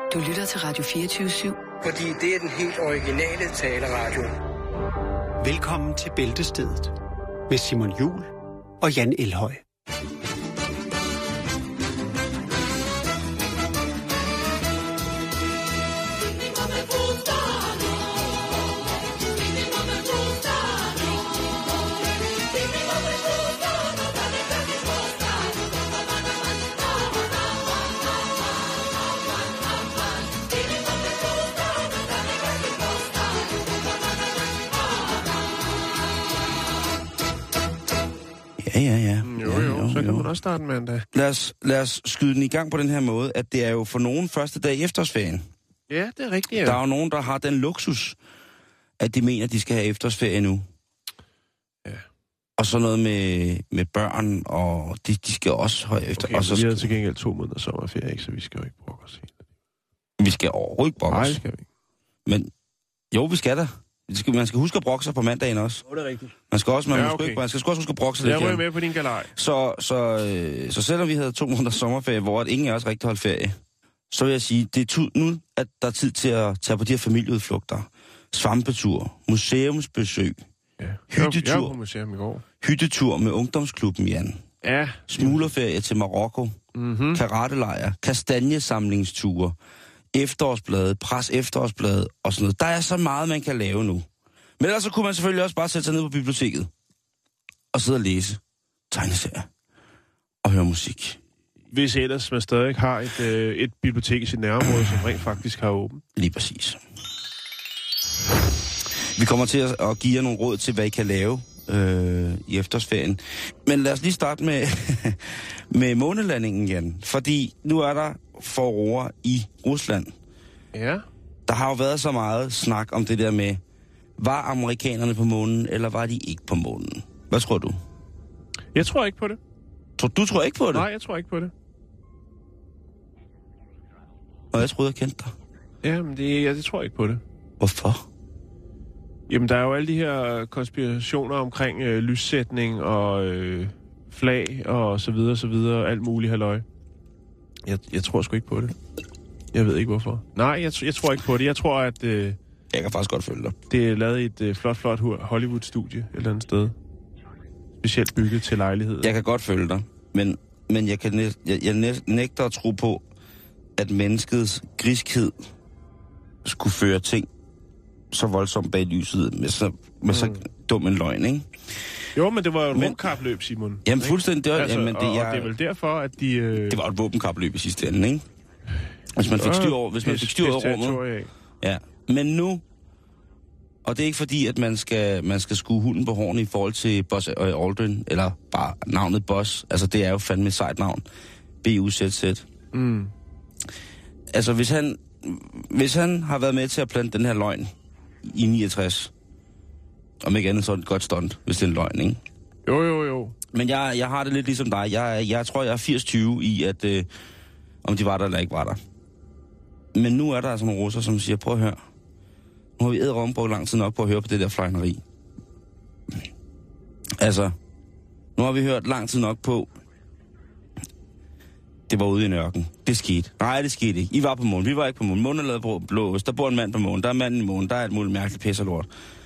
Du lytter til Radio 24/7. Fordi det er den helt originale taleradio. Velkommen til Bæltestedet med Simon Juhl og Jan Elhøj. Ja. Jo, så kan man også starte mandag. Lad os skyde den i gang på den her måde, at det er jo for nogen første dag i efterårsferien. Ja, det er rigtigt, ja. Der er jo nogen, der har den luksus, at de mener, at de skal have efterårsferie nu. Ja. Og så noget med børn, og de skal også have efter. Okay, og så vi har til gengæld 2 måneder sommerferie, ikke? Så vi skal jo ikke brokke os helt. Vi skal overhovedet ikke brokke os. Nej, det skal vi ikke. Men jo, vi skal da. Man skal huske at brokke sig på mandagen også. Det er rigtigt. Man skal også huske at brokke sig lidt. Jeg er med på din galej. Så selvom vi havde 2 måneder sommerferie, hvor ingen af os rigtig holdt ferie, så vil jeg sige, det er nu, at der er tid til at tage på de her familieudflugter. Svampetur, museumsbesøg, hyttetur. Jeg var på museum i går. Hyttetur med ungdomsklubben, Jan. Ja. Smuglerferie til Marokko. Karatelejr. Kastanjesamlingsture. Efterårsblade. Pres efterårsblade og sådan noget. Der er så meget, man kan lave nu. Men ellers så kunne man selvfølgelig også bare sætte sig ned på biblioteket og sidde og læse tegneserier og høre musik. Hvis ellers man stadig har et bibliotek i sit nærområde, som rent faktisk har åbent. Lige præcis. Vi kommer til at give jer nogle råd til, hvad I kan lave i efterårsferien. Men lad os lige starte med månelandingen, Jan. Fordi nu er der furore i Rusland. Ja. Der har jo været så meget snak om det der med, var amerikanerne på månen, eller var de ikke på månen? Hvad tror du? Jeg tror ikke på det. Du tror ikke på det? Nej, jeg tror ikke på det. Og jeg troede, jeg kendte dig. Jamen, jeg tror ikke på det. Hvorfor? Jamen, der er jo alle de her konspirationer omkring lyssætning og flag og så videre, alt muligt halløj. Jeg tror sgu ikke på det. Jeg ved ikke hvorfor. Nej, jeg tror ikke på det. Jeg tror, at jeg kan faktisk godt følge dig. Det er lavet i et flot Hollywood-studie et eller andet sted. Specielt bygget til lejlighed. Jeg kan godt følge dig, men jeg nægter at tro på, at menneskets griskhed skulle føre ting så voldsomt bag lyset med så dum en løgn, ikke? Jo, men det var jo et rumkapløb, Simon. Jamen fuldstændig. Det var, altså, jamen, det er vel derfor, at de... Det var et våbenkapløb i sidste ende, ikke? Hvis man fik styr over rummet. Ja, men nu... Og det er ikke fordi, at man skal skue hunden på hårene i forhold til Buzz Aldrin, eller bare navnet Buzz. Altså, det er jo fandme et sejt navn. B-U-Z-Z. Altså, hvis han har været med til at plante den her løgn i 69, om ikke andet så er det et godt stunt, hvis det er en løgn, ikke? Jo. Men jeg har det lidt ligesom dig. Jeg tror, jeg er 80-20 i, at om de var der eller ikke var der. Men nu er der altså nogle russer, som siger, prøv at høre. Nu har vi ædret brugt lang tid nok på at høre på det der fløjneri. Altså, nu har vi hørt lang tid nok på, det var ude i en ørken. Det skete. Nej, det skete ikke. I var på månen. Vi var ikke på månen. Månen er lavet blå. Der bor en mand på månen. Der er manden i månen. Der er et muligt mærkeligt pis og lort.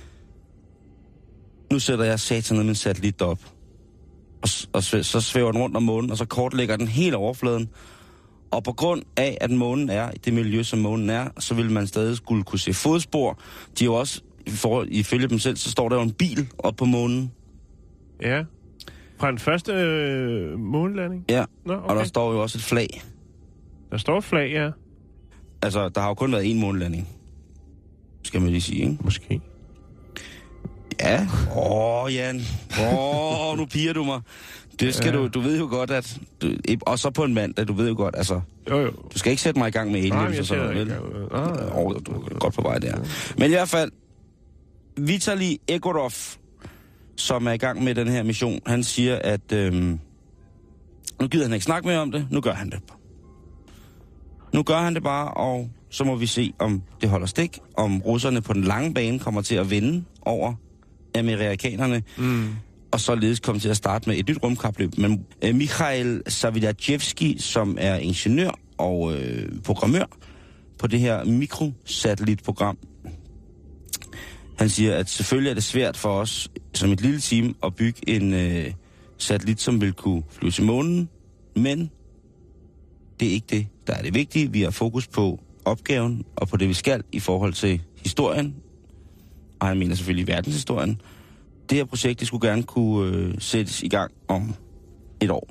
Nu sætter jeg satan ned med en satellit op. Og så svæver den rundt om månen, og så kortlægger den hele overfladen. Og på grund af, at månen er i det miljø, som månen er, så vil man stadig skulle kunne se fodspor. De er jo også, ifølge dem selv, så står der jo en bil op på månen. Ja. Fra den første månelanding? Ja, nå, okay. Og der står jo også et flag. Der står et flag, ja. Altså, der har jo kun været 1 månelanding. Skal man lige sige, ikke? Måske. Ja. Jan. Nu piger du mig. Det skal du ved jo godt, at... og så på en mandag, du ved jo godt, altså... Jo. Du skal ikke sætte mig i gang med aliens og sådan noget, vel? Du er godt på vej der. Men i hvert fald, Vitali Egorov, som er i gang med den her mission, han siger, at... nu gider han ikke snakke mere om det, nu gør han det. Nu gør han det bare, og så må vi se, om det holder stik, om russerne på den lange bane kommer til at vinde over amerikanerne, og således komme til at starte med et nyt rumkapløb. Men Mikhail Savidajevski, som er ingeniør og programmør på det her mikrosatellitprogram. Han siger, at selvfølgelig er det svært for os som et lille team at bygge en satellit, som vil kunne flyve til månen, men det er ikke det, der er det vigtige. Vi har fokus på opgaven og på det, vi skal i forhold til historien, og han mener selvfølgelig verdenshistorien. Det her projekt, det skulle gerne kunne sættes i gang om et år.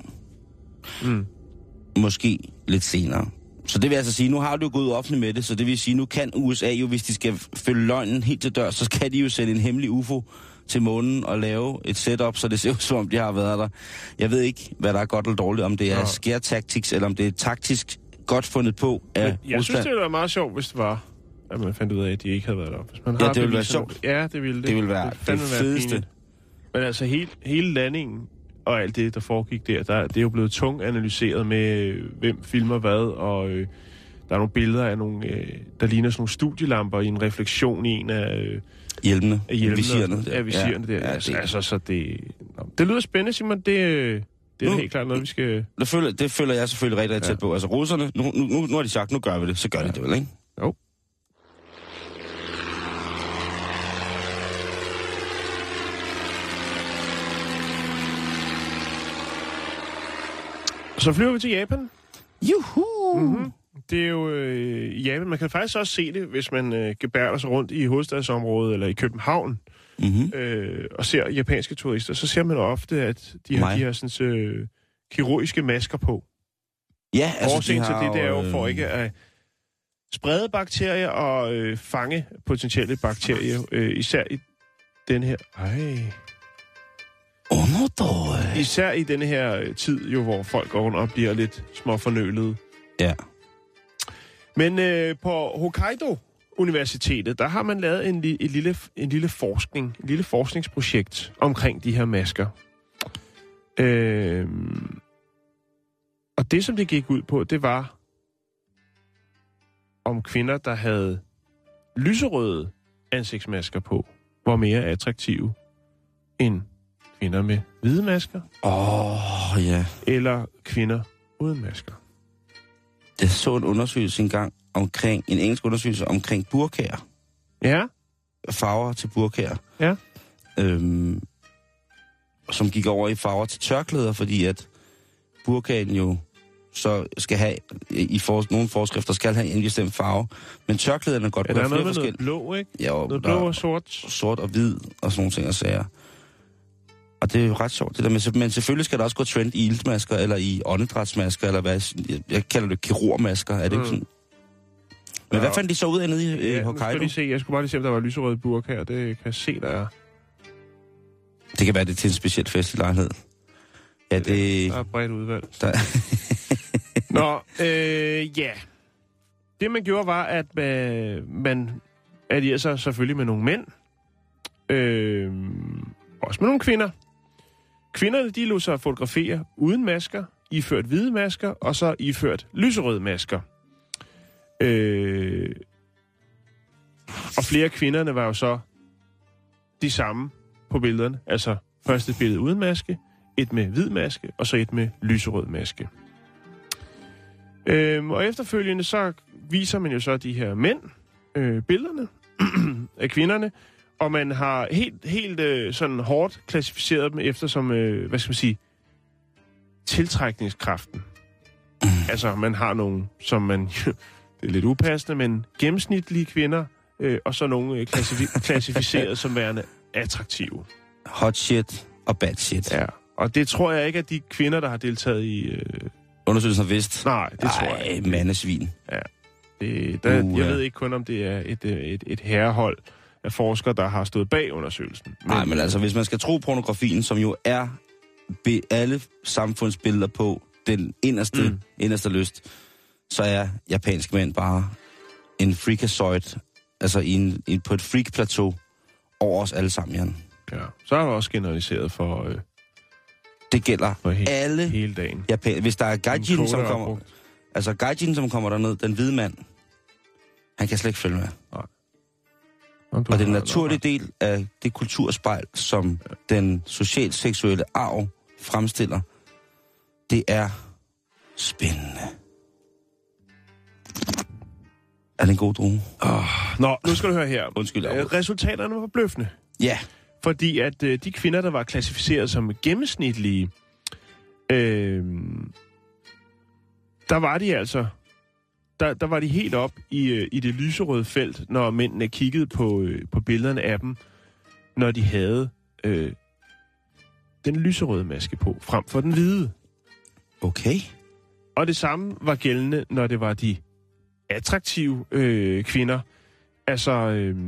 Måske lidt senere. Så det vil altså sige, nu har du jo gået offentligt med det, så det vil sige, nu kan USA jo, hvis de skal følge løgnen helt til dør, så skal de jo sætte en hemmelig UFO til månen og lave et setup, så det ser ud som om, de har været der. Jeg ved ikke, hvad der er godt eller dårligt, om det er scare tactics, eller om det er taktisk godt fundet på af Rusland. Jeg synes, det ville være meget sjovt, hvis det var, at man fandt ud af, at de ikke havde været der. Hvis man det ville være sjovt. Ja, det ville det. Det ville være det fedeste. Men altså, hele landingen og alt det, der foregik der, det er jo blevet tungt analyseret med, hvem filmer hvad, og der er nogle billeder af nogle, der ligner sådan nogle studielamper i en refleksion i en af hjelmene. Visirerne. Ja, visirerne der. Altså, så det lyder spændende, Simon. Det er helt klart noget, vi skal... Det føler jeg selvfølgelig rigtig tæt på. Altså, russerne, nu har de sagt, nu gør vi det, så gør de det vel, ikke? Jo. Så flyver vi til Japan. Juhu! Mm-hmm. Det er jo Japan. Man kan faktisk også se det, hvis man gebærder sig rundt i hovedstadsområdet eller i København og ser japanske turister. Så ser man ofte, at de har de her sådan, kirurgiske masker på. Ja, altså årsagen til det er jo for ikke at sprede bakterier og fange potentielle bakterier. Især i den her... Især i denne her tid, jo, hvor folk går rundt og bliver lidt småfornølede. Ja. Men på Hokkaido-universitetet, der har man lavet en lille forskningsprojekt omkring de her masker. Og det, som det gik ud på, det var om kvinder, der havde lyserøde ansigtsmasker på, var mere attraktive end kvinder med hvide masker. Ja. Eller kvinder uden masker. Jeg så en undersøgelse engang omkring, en engelsk undersøgelse omkring burkaer. Ja. Farver til burkaer. Ja. Som gik over i farver til tørklæder, fordi at burkaen jo så skal have, nogle forskrifter skal have en bestemt farve. Men tørklæderne godt på flere forskellige. Er der noget blå, ikke? Ja, noget blå og sort. Sort og hvid og sådan nogle ting og sager. Og det er jo ret sjovt, det der med, men selvfølgelig skal der også gå trend i iltmasker, eller i åndedrætsmasker, eller hvad, jeg kalder det kirurgmasker, er det ikke sådan? Men hvad fandt de så ud af nede i Hokkaido? Jeg skulle bare lige se, om der var lyserøde burk her, det kan jeg se, der er. Det kan være, det til en speciel festlig-lejlighed. Ja, det... Der er bredt udvalg. Ja. Det man gjorde var, at man allierede sig selvfølgelig med nogle mænd, også med nogle kvinder. Kvinderne, de lod sig fotografere uden masker, iført hvide masker, og så iført lyserøde masker. Og flere af kvinderne var jo så de samme på billederne. Altså først et billede uden maske, et med hvid maske, og så et med lyserød maske. Og efterfølgende så viser man jo så de her mænd, billederne af kvinderne, og man har helt sådan hårdt klassificeret dem efter som, hvad skal man sige, tiltrækningskraften. Altså, man har nogle, som man, det er lidt upassende, men gennemsnitlige kvinder, og så nogle klassificeret som værende attraktive. Hot shit og bad shit. Ja, og det tror jeg ikke, at de kvinder, der har deltaget i... Undersøgelsen har vidst. Nej, det tror jeg ikke. Mandesvin. Ja. Jeg ved ikke kun, om det er et herrehold af forskere, der har stået bag undersøgelsen. Nej, men altså, hvis man skal tro pornografien, som jo er alle samfundsbilleder på den inderste lyst, så er japanske mænd bare en freakazoid, altså på et freak-plateau over os alle sammen, Jan. Ja, så er det også generaliseret for... det gælder for alle hele dagen. Japan. Hvis der er gaijin, som kommer... Altså, gaijin, som kommer derned, den hvide mand, han kan slet ikke følge med. Nej. Og det er en naturlig del af det kulturspejl, som den socialt-seksuelle arv fremstiller. Det er spændende. Er det en god drue? Nå, nu skal du høre her. Undskyld. Resultaterne var forbløffende. Ja. Fordi at de kvinder, der var klassificeret som gennemsnitlige, der var de altså... Der var de helt op i det lyserøde felt, når mændene kiggede på billederne af dem, når de havde den lyserøde maske på, frem for den hvide. Okay. Og det samme var gældende, når det var de attraktive kvinder. Altså,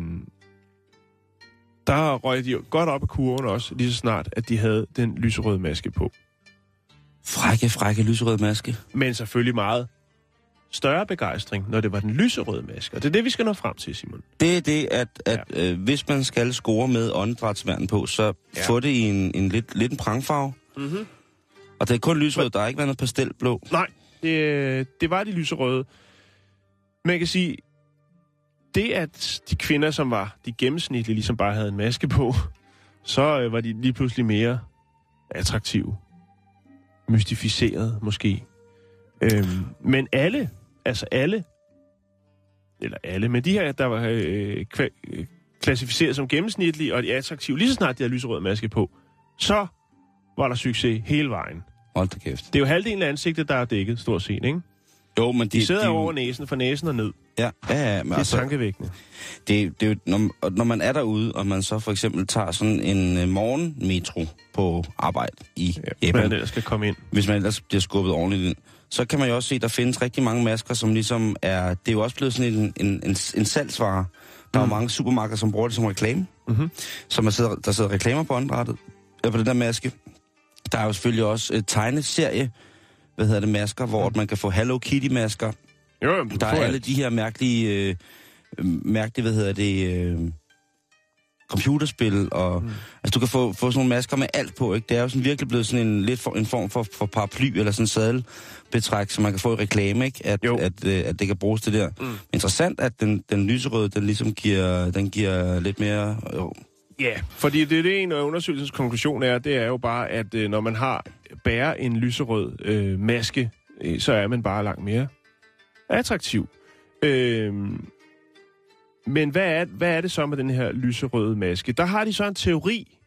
der røg de godt op af kurven også, lige så snart, at de havde den lyserøde maske på. Frække lyserøde maske. Men selvfølgelig meget større begejstring, når det var den lyserøde maske. Og det er det, vi skal nå frem til, Simon. Det er det, at hvis man skal score med åndedrætsværn på, så få det i en lidt en prangfarve. Mm-hmm. Og det er kun lyserød, der har ikke været noget pastelblå. Nej, det var de lyserøde. Man kan sige, det at de kvinder, som var de gennemsnitlige, ligesom bare havde en maske på, så var de lige pludselig mere attraktive. Mystificeret måske. Men men de her, der var klassificeret som gennemsnitlige og de attraktive, lige så snart de havde lyserød maske på, så var der succes hele vejen. Hold da kæft. Det er jo halvdelen af ansigtet, der er dækket, stort set, ikke? Jo, men de sidder over næsen, fra næsen og ned. Ja, men det er altså tankevækkende. Det er jo, når man er derude, og man så for eksempel tager sådan en morgenmetro på arbejde i Japan. Hvis man ellers skal komme ind. Hvis man ellers bliver skubbet ordentligt ind. Så kan man jo også se, at der findes rigtig mange masker, som ligesom er... Det er jo også blevet sådan en salgsvare. Der er jo mange supermarkeder, som bruger det som reklame. Mm-hmm. Der sidder reklamer på åndedrættet, på den der maske. Der er jo selvfølgelig også et tegneserie, masker, hvor man kan få Hello Kitty-masker. Jo, der er alle de her mærkelige computerspil, og altså du kan få sådan nogle masker med alt på, ikke? Det er jo sådan virkelig blevet sådan en form for paraply, eller sådan en sadelbetræk, som man kan få i reklame, ikke? At det kan bruges til det der. Interessant, at den lyserøde, den ligesom giver lidt mere... Ja, fordi det er en af undersøgelsens konklusion det er jo bare, at når man bærer en lyserød maske, så er man bare langt mere attraktiv. Men hvad er det så med den her lyserøde maske? Der har de så en teori,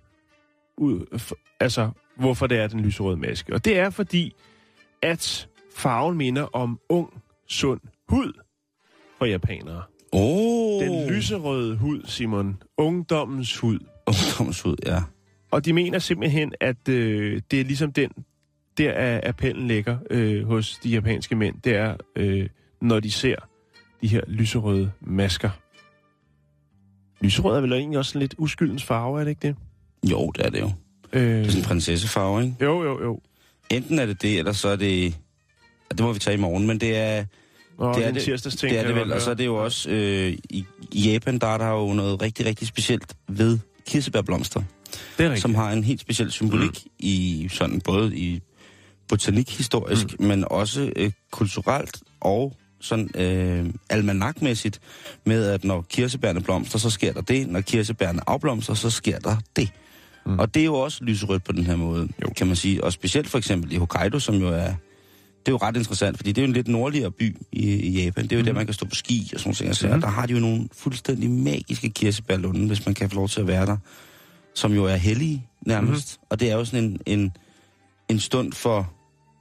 hvorfor det er den lyserøde maske. Og det er fordi, at farven minder om ung, sund hud for japanere. Den lyserøde hud, Simon. Ungdommens hud. Ungdommens hud, ja. Og de mener simpelthen, at det er ligesom der appellen ligger hos de japanske mænd. Det er, når de ser de her lyserøde masker. Lyserød er vel egentlig også sådan lidt uskyldens farve, er det ikke det? Jo, det er det jo. Det er sådan en prinsessefarve, ikke? Jo. Enten er det, eller så er det... Det må vi tage i morgen, men det er... Det er en tirsdagsting. Det er det vel, og så er det jo også... I Japan, der er der jo noget rigtig, rigtig specielt ved kirsebærblomster. Det er rigtigt. Som har en helt speciel symbolik i sådan både i botanik historisk, men også kulturelt og sådan almanakmæssigt med, at når kirsebærne blomster, så sker der det. Når kirsebærne afblomster, så sker der det. Og det er jo også lyserødt på den her måde, kan man sige. Og specielt for eksempel i Hokkaido, som jo er... Det er jo ret interessant, fordi det er jo en lidt nordligere by i Japan. Det er jo der, man kan stå på ski og sådan noget. Så der har de jo nogle fuldstændig magiske kirsebærlunde, hvis man kan få lov til at være der, som jo er hellige nærmest. Og det er jo sådan en stund for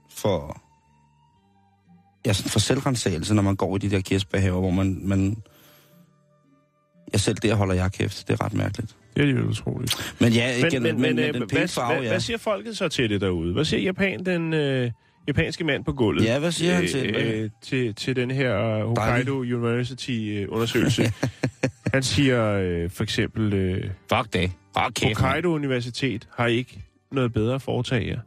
selvrensagelse, når man går i de der kirsebærhaver, hvor man selv der holder jeg kæft. Det er ret mærkeligt. Det er jo utroligt. Men ja, igen, men den pæne farve, ja. Hvad siger folket så til det derude? Hvad siger den japanske mand på gulvet? Ja, hvad siger han til den her Hokkaido University-undersøgelse? Han siger for eksempel... Fuck det. Hokkaido Universitet har ikke noget bedre at foretage jer.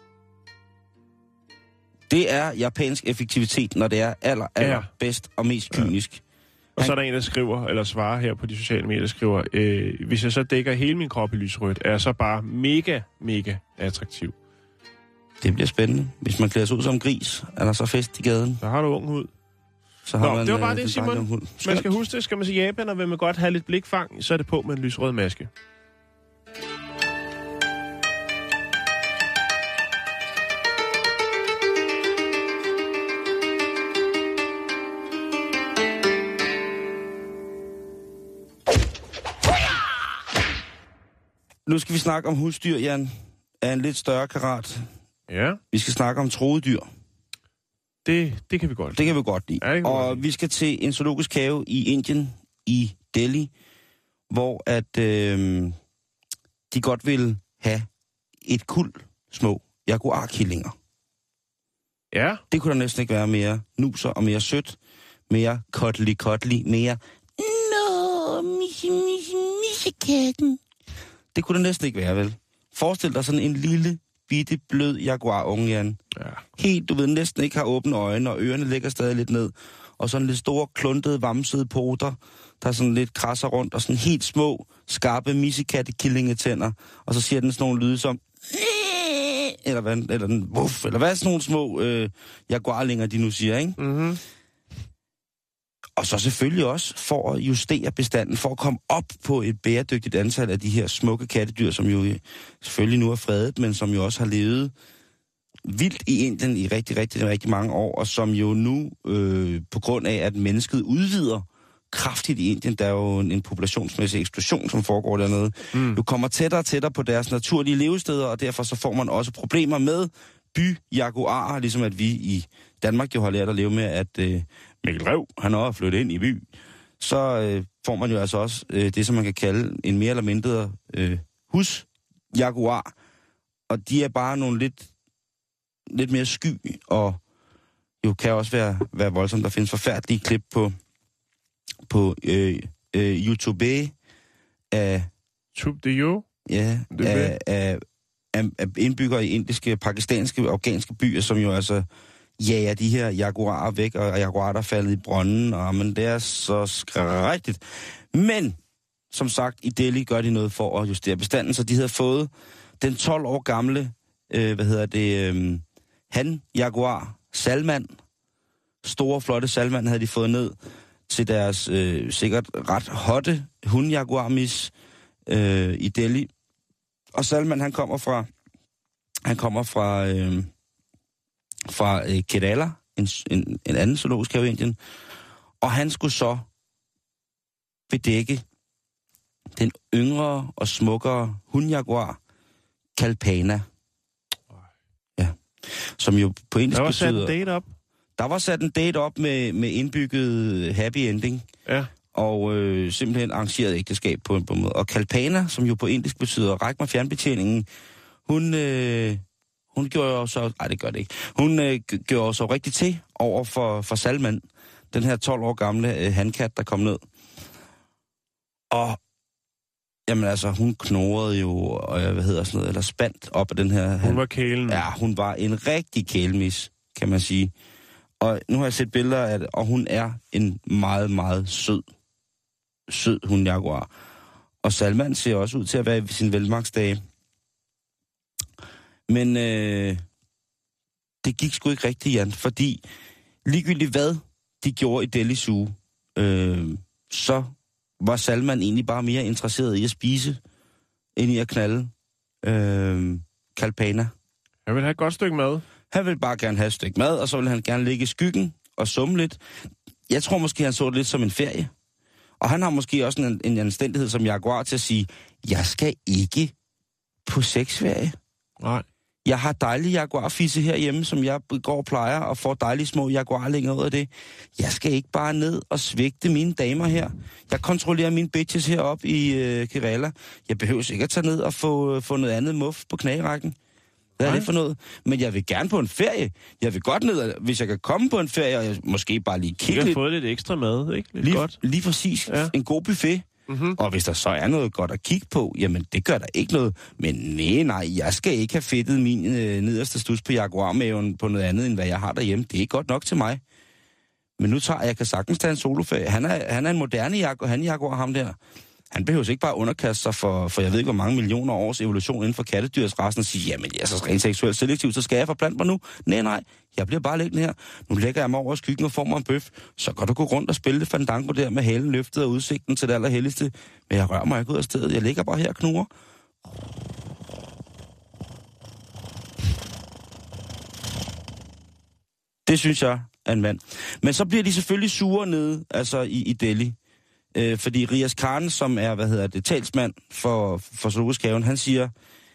Det er japansk effektivitet, når det er aller bedst og mest kynisk. Og så er der en, der skriver, eller svarer her på de sociale medier, der skriver, hvis jeg så dækker hele min krop i lysrødt, er jeg så bare mega, mega attraktiv. Det bliver spændende. Hvis man klæder sig ud som gris, er der så fest i gaden. Så har du ung hud. Så har man, det var bare det, Simon. Man skal huske det. Skal man sige Japan, og vil man godt have lidt blikfang, så er det på med en lysrød maske. Nu skal vi snakke om husdyr, Jan, af en lidt større karat. Ja. Vi skal snakke om truede dyr. Det kan vi godt lide. Det kan vi godt lide. Ja, og vi skal til en zoologisk have i Indien, i Delhi, hvor at de godt vil have et kuld små jaguarkillinger. Ja. Det kunne da næsten ikke være mere nuser og mere sødt, mere kottelig, mere missekatten. Det kunne det næsten ikke være, vel? Forestil dig sådan en lille, bitte, blød jaguarunge, Jan. Ja. Helt, du ved, næsten ikke har åbne øjne, og ørerne ligger stadig lidt ned. Og sådan lidt store, kluntede, vamsede poter, der sådan lidt krasser rundt, og sådan helt små, skarpe missekatte-killingetænder. Og så siger den sådan nogle lyde som eller hvad sådan nogle små jaguarlinger, de nu siger, ikke? Mhm. Og så selvfølgelig også for at justere bestanden, for at komme op på et bæredygtigt antal af de her smukke kattedyr, som jo selvfølgelig nu er fredet, men som jo også har levet vildt i Indien i rigtig mange år, og som jo nu, på grund af, at mennesket udvider kraftigt i Indien, der er jo en populationsmæssig eksplosion, som foregår dernede, jo kommer tættere og tættere på deres naturlige levesteder, og derfor så får man også problemer med byjaguarer, ligesom at vi i Danmark jo har lært at leve med, at Mikkel Rev, han er flyttet ind i by, så får man jo altså også det, som man kan kalde en mere eller mindre husjaguar, og de er bare nogle lidt mere sky, og jo kan også være voldsomt. Der findes forfærdelige klip på YouTube af indbyggere i indiske, pakistanske, afghanske byer, som jo altså jager de her jaguarer væk, og jaguarer, der er faldet i brønden, og men det er så skrækkeligt. Men, som sagt, i Delhi gør de noget for at justere bestanden, så de havde fået den 12 år gamle, han-jaguar, Salman, store, flotte Salman, havde de fået ned til deres sikkert ret hotte hundjaguar-mis i Delhi. Og Salman, han kommer fra Kerala, en anden zoologisk have i Indien, og han skulle så bedække den yngre og smukkere hundjaguar, Kalpana. Ja. Som jo på indisk betyder... Der var sat en date op. Der var sat en date op med indbygget happy ending. Ja. Og simpelthen arrangeret ægteskab på en måde. Og Kalpana, som jo på indisk betyder ræk mig fjernbetjeningen, hun gjorde jo så... Nej, det gør det ikke. Hun gjorde så rigtig til over for Salman, den her 12 år gamle hankat, der kom ned. Og jamen altså, hun knurrede jo, eller spændt op af den her... Hun var kælen. Ja, hun var en rigtig kælemis, kan man sige. Og nu har jeg set billeder af det, og hun er en meget, meget sød hundjaguar. Og Salman ser også ud til at være i sin velmagtsdage. Men det gik sgu ikke rigtigt, Jan, fordi ligegyldigt hvad de gjorde i Delhi Zoo, så var Salman egentlig bare mere interesseret i at spise, end i at knalde Kalpana. Han vil have et godt stykke mad. Han vil bare gerne have et stykke mad, og så vil han gerne ligge i skyggen og summe lidt. Jeg tror måske, han så det lidt som en ferie. Og han har måske også en anstændighed som jaguar til at sige, jeg skal ikke på sexferie. Nej. Jeg har dejlige jaguarfisse herhjemme, som jeg går og plejer, og får dejlige små jaguarlinger ud af det. Jeg skal ikke bare ned og svigte mine damer her. Jeg kontrollerer mine bitches heroppe i Kerala. Jeg behøver ikke at tage ned og få noget andet muff på knagerækken. Hvad er det for noget? Men jeg vil gerne på en ferie. Jeg vil godt ned, hvis jeg kan komme på en ferie, og jeg måske bare lige kigge lidt. Jeg har fået lidt ekstra mad, ikke? Lidt godt. Lige præcis. Ja. En god buffet. Mm-hmm. Og hvis der så er noget godt at kigge på, jamen det gør der ikke noget. Men nej, jeg skal ikke have fedtet min nederste stus på jaguarmaven på noget andet, end hvad jeg har derhjemme. Det er godt nok til mig. Men nu jeg kan sagtens tage en soloferie. Han er en moderne jaguar, ham der. Han behøver ikke bare underkaste sig for jeg ved ikke, hvor mange millioner års evolution inden for kattedyrsrassen og sige, jamen jeg er så rent seksuelt selektiv, så skal jeg forplante mig nu. Nej, jeg bliver bare liggende her. Nu lægger jeg mig over skyggen og får mig en bøf. Så kan du gå rundt og spille det fandango der med halen løftet og udsigten til det allerhelligste. Men jeg rører mig ikke ud af stedet. Jeg ligger bare her og knurrer. Det synes jeg er en mand. Men så bliver de selvfølgelig sure nede, altså i Delhi. Fordi Rias Khan, som er, talsmand for Zoologisk Haven, han siger,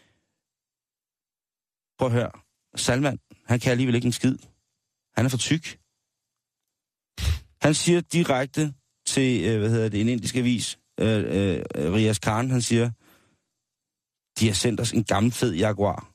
prøv at høre, Salman, han kan alligevel ikke en skid. Han er for tyk. Han siger direkte til, en indisk avis, Rias Khan, han siger, de har sendt os en gammel fed jaguar.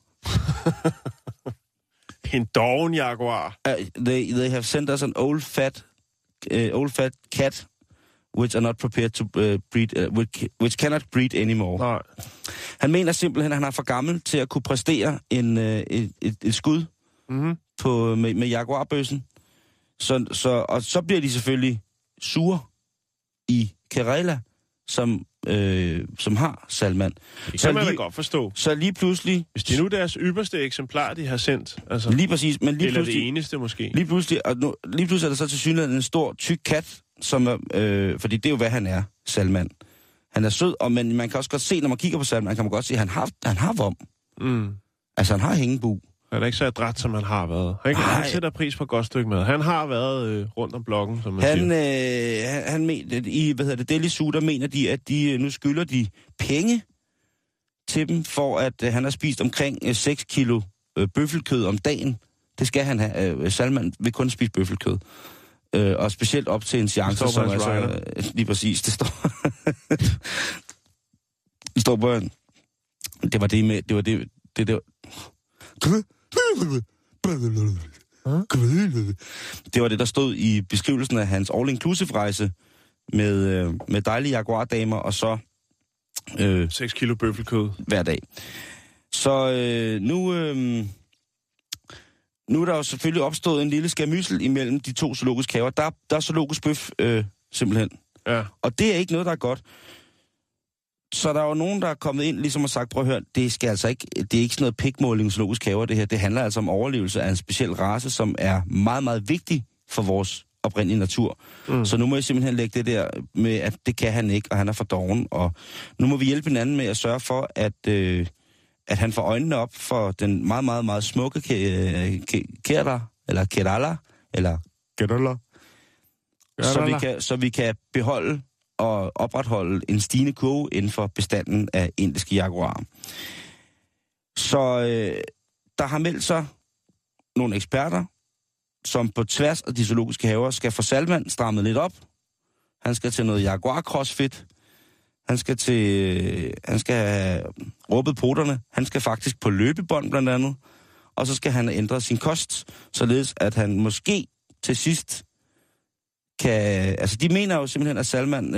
En doven jaguar. They have sent us an old fat cat, which are not prepared to breed, which cannot breed anymore. Nej. Han mener simpelthen, at han er for gammel til at kunne præstere et skud med jaguarbøssen. Og så bliver de selvfølgelig sure i Kerala, som har Salman. Det kan man da godt forstå. Så lige pludselig... Hvis det er nu deres ypperste eksemplar, de har sendt. Altså, lige præcis, men lige eller pludselig... det eneste måske. Lige pludselig er der så til synligheden en stor, tyk kat, som er... fordi det er jo, hvad han er, Salman. Han er sød, men man kan også godt se, når man kigger på Salman, kan man godt se, at han har vom. Altså, han har hængebu. Han er ikke så adræt, som han har været. Han sætter pris på et godt stykke mad. Han har været rundt om blokken, som man siger. Han mener, i Delhi Zoo, der mener de, at nu skylder de penge til dem, for at han har spist omkring 6 kilo bøffelkød om dagen. Det skal han have. Salman vil kun spise bøffelkød. Og specielt op til en seance, som altså... Lige præcis, det står... det står på... Det var det med... Det var... Det var det, der stod i beskrivelsen af hans all-inclusive-rejse med dejlige jaguardamer, og så... 6 kilo bøffelkød. Hver dag. Så nu er der jo selvfølgelig opstået en lille skamysel imellem de to zoologiske haver. Der er zoologisk bøf, simpelthen. Ja. Og det er ikke noget, der er godt. Så der er jo nogen, der er kommet ind ligesom og sagt, prøv at høre, det er ikke sådan noget pikmåling zoologisk haver, det her. Det handler altså om overlevelse af en speciel race, som er meget, meget vigtig for vores oprindelige natur. Så nu må jeg simpelthen lægge det der med, at det kan han ikke, og han er for doven. Og nu må vi hjælpe hinanden med at sørge for, at han får øjnene op for den meget, meget, meget smukke Kerala, så vi kan beholde og opretholde en stigende kurve inden for bestanden af indiske jaguarer. Så der har meldt sig nogle eksperter, som på tværs af de zoologiske haver skal få Salman strammet lidt op. Han skal til noget jaguar-crossfit. Han skal have råbet poterne. Han skal faktisk på løbebånd blandt andet. Og så skal han ændre sin kost, således at han måske til sidst kan... Altså, de mener jo simpelthen, at Salman...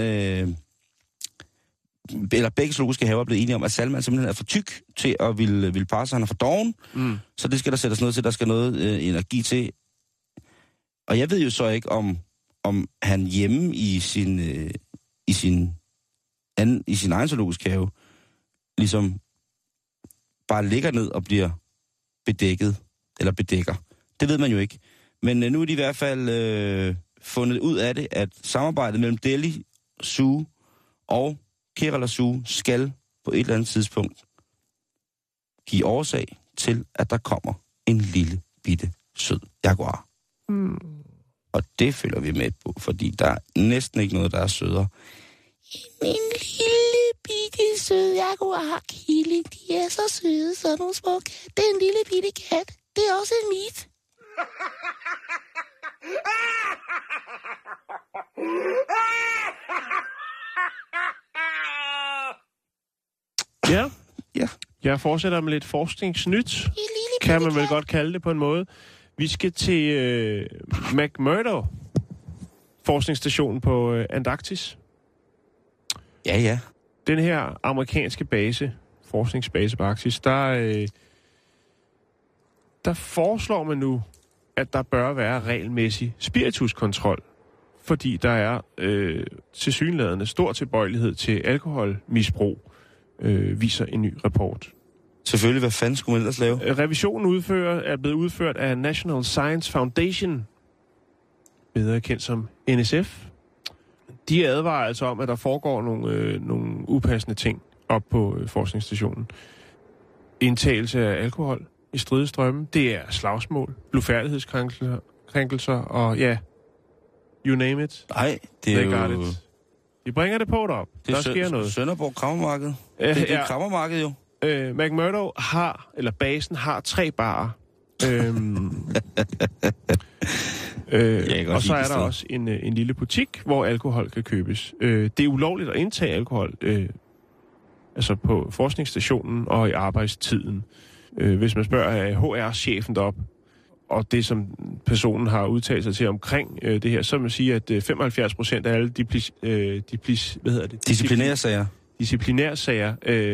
eller begge zoologiske haver er blevet enige om, at Salman simpelthen er for tyk til at ville passe. Han er for doven. Så det skal der sættes noget til. Der skal noget energi til. Og jeg ved jo så ikke, om han hjemme i sin egen zoologiske have ligesom bare ligger ned og bliver bedækket, eller bedækker. Det ved man jo ikke. Men nu er de i hvert fald fundet ud af det, at samarbejdet mellem Delhi Zoo og Kerala Zoo skal på et eller andet tidspunkt give årsag til, at der kommer en lille bitte sød jaguar. Og det følger vi med på, fordi der er næsten ikke noget, der er sødere. En lille bitte sød jaguar, Killing, de er så søde, sådan nogle små kat. Det er en lille bitte kat. Det er også en mit. Ja. Jeg fortsætter med lidt forskningsnyt. Kan man vel godt kalde det på en måde. Vi skal til McMurdo forskningsstationen på Antarktis. Ja. Den her amerikanske base, forskningsbase på Arktis, der foreslår man nu, at der bør være regelmæssig spirituskontrol, fordi der er tilsyneladende stor tilbøjelighed til alkoholmisbrug, viser en ny rapport. Selvfølgelig, hvad fanden skulle man ellers lave? Revisionen er blevet udført af National Science Foundation, bedre kendt som NSF. De advarer altså om, at der foregår nogle upassende ting op på forskningsstationen. Indtagelse af alkohol i stridestrømme, det er slagsmål, blufærdighedskrænkelser og ja, you name it. Nej, det er jo... De bringer det på derop. Der sker noget. Sønderborg Krammermarked. Det er Krammermarked jo. McMurdo basen har 3 barer. Og så er der også en lille butik, hvor alkohol kan købes. Det er ulovligt at indtage alkohol, altså på forskningsstationen og i arbejdstiden. Hvis man spørger HR-chefen derop, og det som personen har udtalt sig til omkring det her, så vil man sige, at 75% af alle disciplinærsager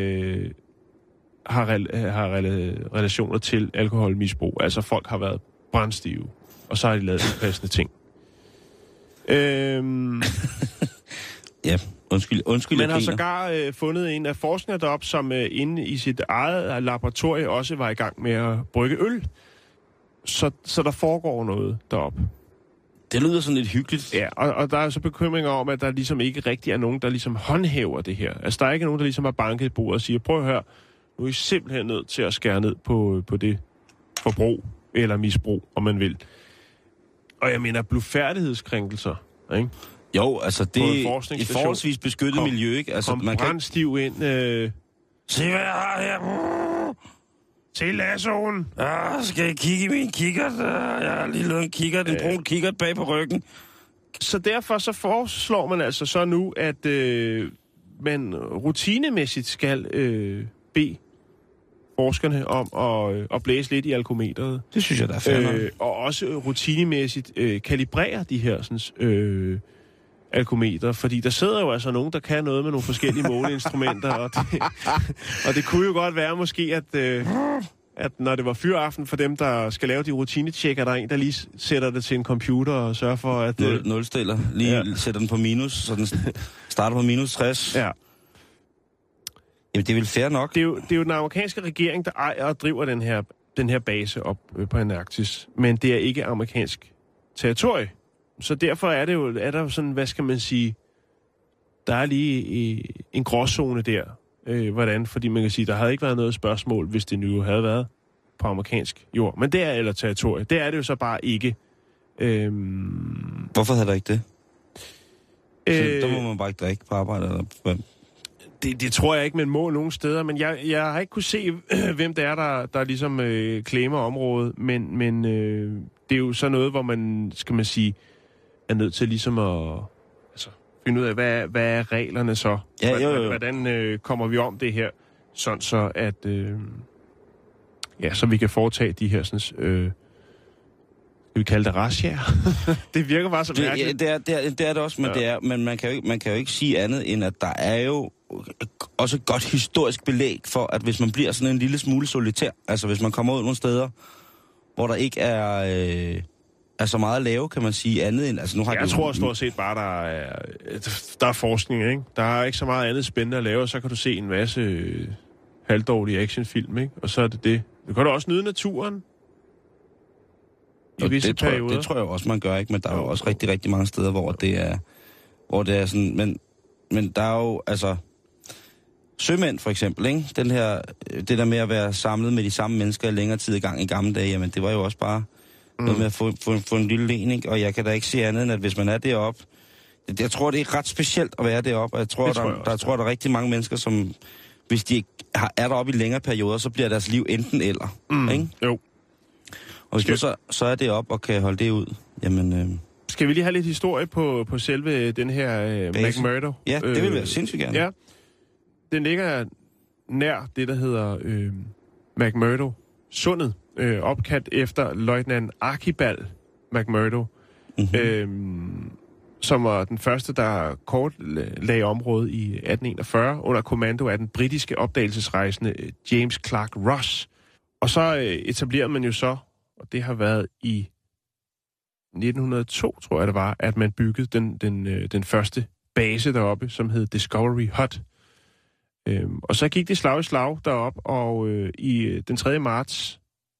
har relationer til alkoholmisbrug. Altså folk har været brandstive, og så har de lavet upassende ting. Ja, undskyld. Man har sågar fundet en af forskere deroppe, som inde i sit eget laboratorie også var i gang med at brygge øl. Så der foregår noget deroppe. Det lyder sådan lidt hyggeligt. Ja, og der er så bekymringer om, at der ligesom ikke rigtig er nogen, der ligesom håndhæver det her. Altså, der er ikke nogen, der ligesom har banket i bordet og siger, prøv at høre, nu er I simpelthen nødt til at skære ned på det forbrug eller misbrug, om man vil. Og jeg mener, blufærdighedskrænkelser, ikke? Jo, altså det er et forholdsvis beskyttet miljø, ikke? Altså, man kan brandstiv ind. Se, hvad jeg har her. Se lassoen. Skal jeg kigge i min kikkert? Jeg har lige lavet en kikkert, en brun kikkert bag på ryggen. Så derfor så foreslår man altså så nu, at man rutinemæssigt skal bede forskerne om at blæse lidt i alkometeret. Det synes jeg, der er fair. Og også rutinemæssigt kalibrere de her sådan, alkometer, fordi der sidder jo altså nogen, der kan noget med nogle forskellige måleinstrumenter, og det kunne jo godt være måske, at når det var fyraften for dem, der skal lave de rutinetjekker, der er en, der lige sætter det til en computer og sørger for, at... Nulstiller. Sætter den på minus, så den starter på minus 60. Ja. Jamen, det er vel fair nok. Det er jo den amerikanske regering, der ejer og driver den her base op på Antarktis, men det er ikke amerikansk territorie. Så derfor er der jo sådan, hvad skal man sige, der er lige en gråzone der. Hvordan? Fordi man kan sige, der havde ikke været noget spørgsmål, hvis det nu havde været på amerikansk jord. Men det er, eller territorie. Det er det jo så bare ikke. Hvorfor havde der ikke det? Så der må man bare ikke drikke på arbejde, eller hvad? Det tror jeg ikke, man må nogen steder, men jeg har ikke kunne se, hvem det er, der ligesom claimer området, men det er jo så noget, hvor man, skal man sige, er nødt til ligesom at finde ud af, hvad er reglerne så? Ja, Hvordan kommer vi om det her, sådan så at så vi kan foretage de her sådan, skal vi kalde det razziaer? Det virker bare så mærkeligt. Det er det også, men man kan jo ikke sige andet, end at der er jo også et godt historisk belæg for, at hvis man bliver sådan en lille smule solitær, altså hvis man kommer ud nogle steder, hvor der ikke er så meget at lave, kan man sige, andet end... Altså, nu har jeg tror stort set bare, der er forskning, ikke? Der er ikke så meget andet spændende at lave, og så kan du se en masse halvdårlige actionfilm, ikke? Og så er det. Du kan da også nyde naturen i visse perioder. Det tror jeg også, man gør, ikke? Men der er jo også rigtig, rigtig mange steder, hvor det er sådan... Men der er jo, altså... Sømænd for eksempel, ikke? Det der med at være samlet med de samme mennesker i længere tid i gang i gamle dage, jamen det var jo også bare noget med at få en lille len, ikke? Og jeg kan da ikke se andet, end at hvis man er deroppe... Jeg tror, det er ret specielt at være deroppe, og jeg tror, der er rigtig mange mennesker, som... Hvis de er deroppe i længere perioder, så bliver deres liv enten eller, ikke? Jo. Og hvis du så er deroppe og kan holde det ud, jamen... Skal vi lige have lidt historie på selve den her McMurdo? Ja, det vil være sindssygt gerne. Ja. Den ligger nær det, der hedder McMurdo Sundet, opkaldt efter løjtnant Archibald McMurdo, som var den første, der kort lagde området i 1841 under kommando af den britiske opdagelsesrejsende James Clark Ross. Og så etablerede man jo så, og det har været i 1902, tror jeg det var, at man byggede den første base deroppe, som hed Discovery Hut. Og så gik det slag i slag derop, og i den 3. marts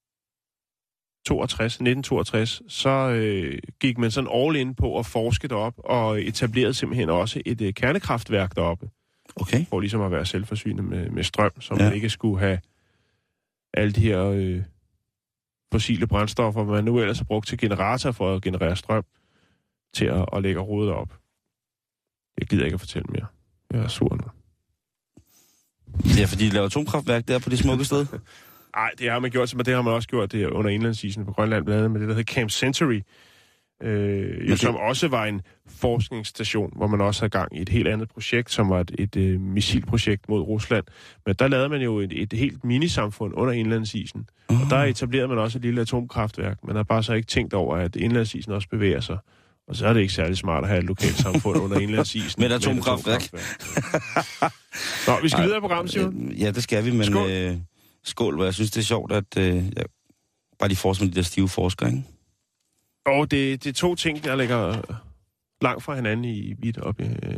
1962, så gik man sådan all in på at forske derop, og etablerede simpelthen også et kernekraftværk deroppe. Okay. For ligesom at være selvforsynende med strøm, så man ikke skulle have alle de her fossile brændstoffer, man nu ellers har brugt til generator for at generere strøm, til at lægge rodet op. Jeg gider ikke at fortælle mere. Jeg er sur nu. Ja, fordi de laver atomkraftværk der på det smukke sted. Nej, det har man gjort, men det har man også gjort det under indlandsisen på Grønland, blandt andet med det, der hedder Camp Century, som også var en forskningsstation, hvor man også havde gang i et helt andet projekt, som var et missilprojekt mod Rusland. Men der lavede man jo et helt minisamfund under indlandsisen, og der etablerede man også et lille atomkraftværk. Man har bare så ikke tænkt over, at indlandsisen også bevæger sig. Og så er det ikke særlig smart at have et lokalt samfund under indlandsisen. Med atomkraftværk. Nå, vi skal videre i programmet, Simon. Ja, det skal vi, men skål, skål hvor jeg synes, det er sjovt, at bare de får som de der stive forskere, ikke? Og det er to ting, der ligger langt fra hinanden i vidt op.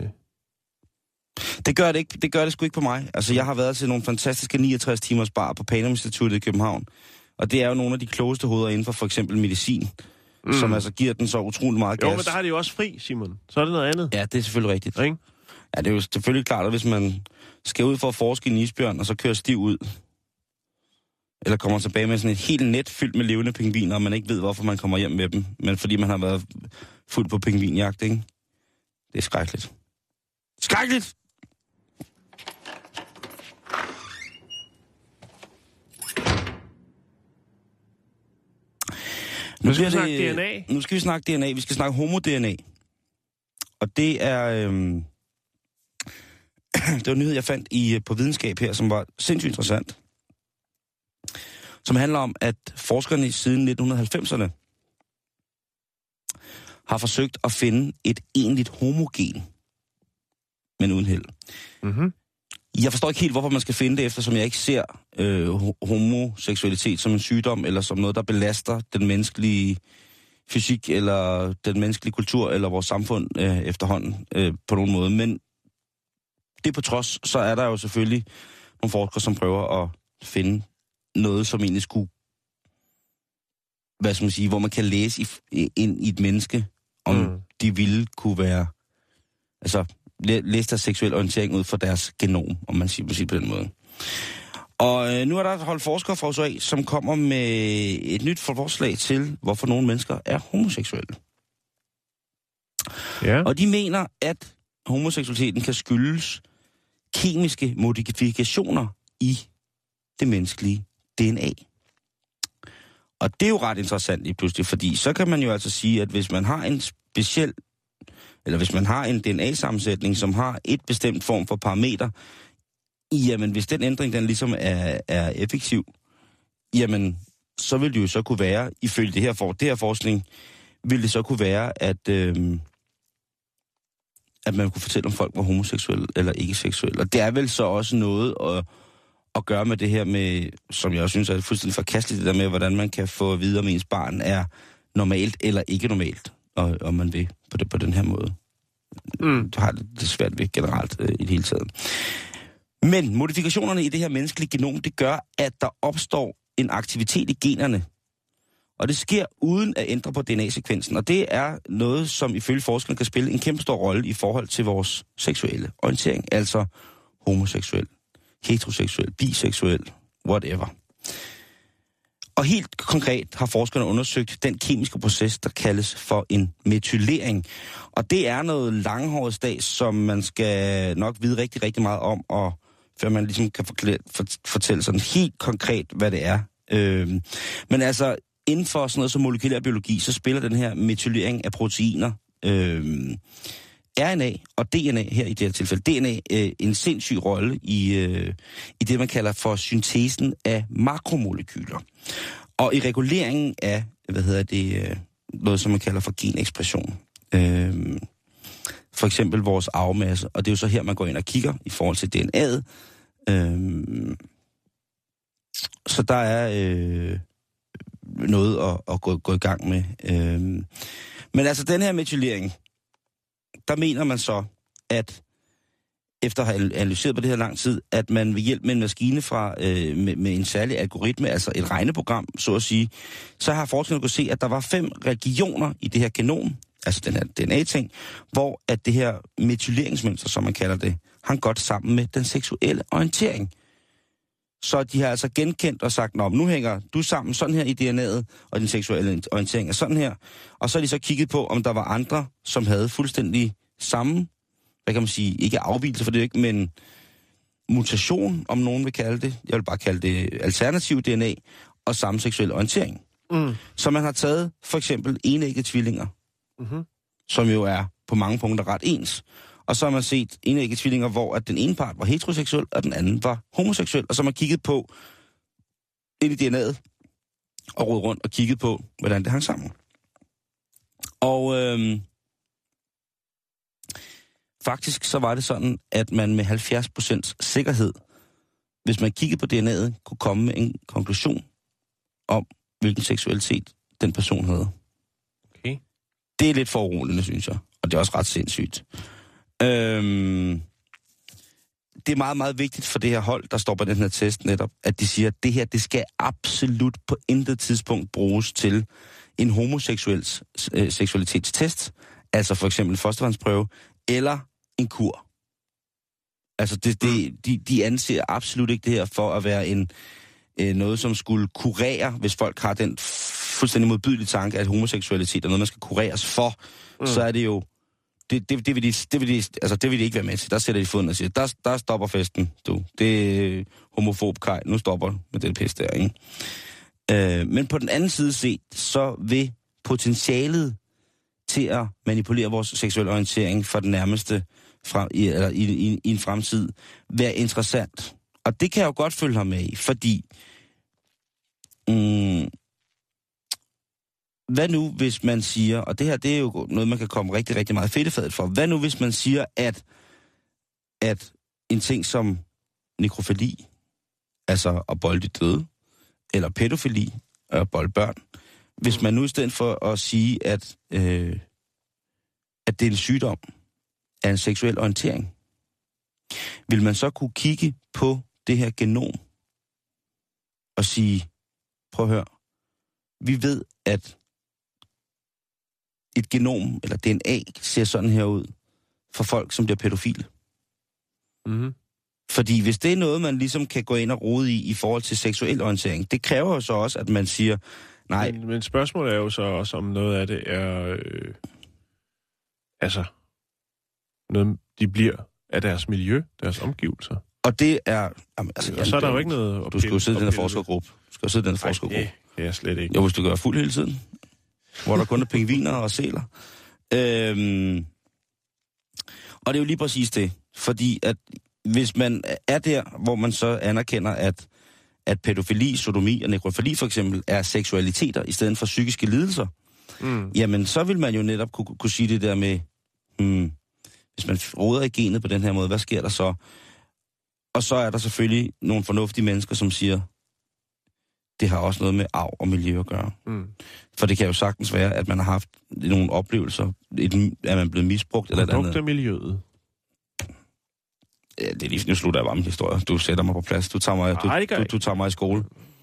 Det gør det ikke. Det gør det sgu ikke på mig. Altså, jeg har været til nogle fantastiske 69 timers bar på Panum Instituttet i København. Og det er jo nogle af de klogeste hoveder inden for eksempel medicin, som altså giver den så utrolig meget gas. Jo, men der har de jo også fri, Simon. Så er det noget andet. Ja, det er selvfølgelig rigtigt. Ikke? Ja, det er jo selvfølgelig klart, at hvis man skal ud for at forske i en isbjørn, og så kører stiv ud, eller kommer tilbage med sådan et helt net fyldt med levende pingviner, og man ikke ved, hvorfor man kommer hjem med dem, men fordi man har været fuld på pingvinjagt, ikke? Det er skrækkeligt. Skrækkeligt! Nu skal vi snakke DNA. Nu skal vi snakke DNA. Vi skal snakke homo-DNA. Og det er... det var en nyhed, jeg fandt på Videnskab her, som var sindssygt interessant. Som handler om, at forskerne siden 1990'erne har forsøgt at finde et egentligt homogen, men uden held. Mm-hmm. Jeg forstår ikke helt, hvorfor man skal finde det, eftersom jeg ikke ser homoseksualitet som en sygdom, eller som noget, der belaster den menneskelige fysik, eller den menneskelige kultur, eller vores samfund efterhånden på nogen måde. Men det på trods, så er der jo selvfølgelig nogle forskere, som prøver at finde noget, som egentlig skulle, hvad skal man sige, hvor man kan læse ind i et menneske, om de ville kunne være, altså læse deres seksuel orientering ud fra deres genom, om man siger på den måde. Og nu er der et hold forskere fra USA, som kommer med et nyt forslag til, hvorfor nogle mennesker er homoseksuelle. Ja. Og de mener, at homoseksualiteten kan skyldes kemiske modifikationer i det menneskelige DNA. Og det er jo ret interessant lige pludselig, fordi så kan man jo altså sige, at hvis man har en speciel, eller hvis man har en DNA-sammensætning, som har et bestemt form for parameter, jamen hvis den ændring, den ligesom er effektiv, jamen så vil det jo så kunne være, ifølge det her forskning, vil det så kunne være, at man kunne fortælle, om folk var homoseksuelle eller ikke seksuelle. Og det er vel så også noget at gøre med det her med, som jeg også synes er fuldstændig forkasteligt, det der med, hvordan man kan få at vide, om ens barn er normalt eller ikke normalt, og om man vil på den her måde. Det har det svært ved generelt i det hele taget. Men modifikationerne i det her menneskelige genom, det gør, at der opstår en aktivitet i generne. Og det sker uden at ændre på DNA-sekvensen. Og det er noget, som ifølge forskerne kan spille en kæmpe stor rolle i forhold til vores seksuelle orientering. Altså homoseksuel, heteroseksuel, biseksuel, whatever. Og helt konkret har forskerne undersøgt den kemiske proces, der kaldes for en metylering. Og det er noget langhåret stas, som man skal nok vide rigtig, rigtig meget om, og før man ligesom kan fortælle sådan helt konkret, hvad det er. Men altså, inden for sådan noget som molekylær biologi, så spiller den her metylering af proteiner, RNA og DNA her i det her tilfælde, DNA en sindssyg rolle i det, man kalder for syntesen af makromolekyler. Og i reguleringen af, noget som man kalder for genekspression. For eksempel vores arvemasse, og det er jo så her, man går ind og kigger i forhold til DNA'et. Så der er noget at gå i gang med. Men altså, den her metylering, der mener man så, at efter at have analyseret på det her lang tid, at man ved hjælp med en maskine med en særlig algoritme, altså et regneprogram, så at sige, så har forskerne kunnet se, at der var 5 regioner i det her genom, altså den her DNA-ting, hvor at det her metyleringsmønster, som man kalder det, hang godt sammen med den seksuelle orientering. Så de har altså genkendt og sagt, nå, nu hænger du sammen sådan her i DNA'et, og din seksuelle orientering er sådan her. Og så har de så kigget på, om der var andre, som havde fuldstændig samme hvad kan man sige, ikke afvigelse for det ikke, men mutation, om nogen vil kalde det. Jeg vil bare kalde det alternativ DNA og samme seksuel orientering. Så man har taget for eksempel enæggede tvillinger, som jo er på mange punkter ret ens. Og så har man set enæggede tvillinger, hvor at den ene part var heteroseksuel, og den anden var homoseksuel. Og så har man kigget på ind i DNA'et og rodet rundt og kigget på, hvordan det hang sammen. Og faktisk så var det sådan, at man med 70% sikkerhed, hvis man kiggede på DNA'et, kunne komme med en konklusion om, hvilken seksualitet den person havde. Okay. Det er lidt foruroligende, synes jeg. Og det er også ret sindssygt. Det er meget, meget vigtigt for det her hold, der står på den her test netop, at de siger, at det her, det skal absolut på intet tidspunkt bruges til en homoseksuel seksualitetstest, altså for eksempel fostervandsprøve, eller en kur. Altså, de anser absolut ikke det her for at være noget, som skulle kurere, hvis folk har den fuldstændig modbydelige tanke, at homoseksualitet er noget, man skal kureres for, så er det jo, det vil de ikke være med til. Der sætter de foden og siger, der stopper festen, du. Det er homofob Kaj, nu stopper med det pis der, ikke? Men på den anden side set, så vil potentialet til at manipulere vores seksuelle orientering for den nærmeste i en fremtid være interessant. Og det kan jeg jo godt følge ham med i, fordi hvad nu, hvis man siger, og det her, det er jo noget, man kan komme rigtig, rigtig meget fedtefadet for. Hvad nu, hvis man siger, at en ting som nekrofili, altså at bolde de døde, eller pædofili, at bolde børn, hvis man nu i stedet for at sige, at det er en sygdom, er en seksuel orientering, vil man så kunne kigge på det her genom og sige, prøv at høre, vi ved, at et genom, eller DNA, ser sådan her ud for folk, som bliver pædofile. Fordi hvis det er noget, man ligesom kan gå ind og rode i forhold til seksuel orientering, det kræver jo så også, at man siger, nej. Men spørgsmålet er jo så også, om noget af det er, noget, de bliver af deres miljø, deres omgivelser. Og det er... og så er der jo ikke noget... Du skal jo sidde i den her forskergruppe. Ja, slet ikke. Jo, hvis du gør fuld hele tiden. Hvor der kun er pingviner og sæler. Og det er jo lige præcis det. Fordi at hvis man er der, hvor man så anerkender, at pædofili, sodomi og nekrofili for eksempel er seksualiteter i stedet for psykiske lidelser, jamen så vil man jo netop kunne sige det der med, hvis man roder i genet på den her måde, hvad sker der så? Og så er der selvfølgelig nogle fornuftige mennesker, som siger, det har også noget med arv og miljø at gøre. For det kan jo sagtens være, at man har haft nogle oplevelser, at man er blevet misbrugt eller andet. Produkt af miljøet. Ja, det er lige, nu slutter jeg bare med historie. Du sætter mig på plads. Du tager mig i skole.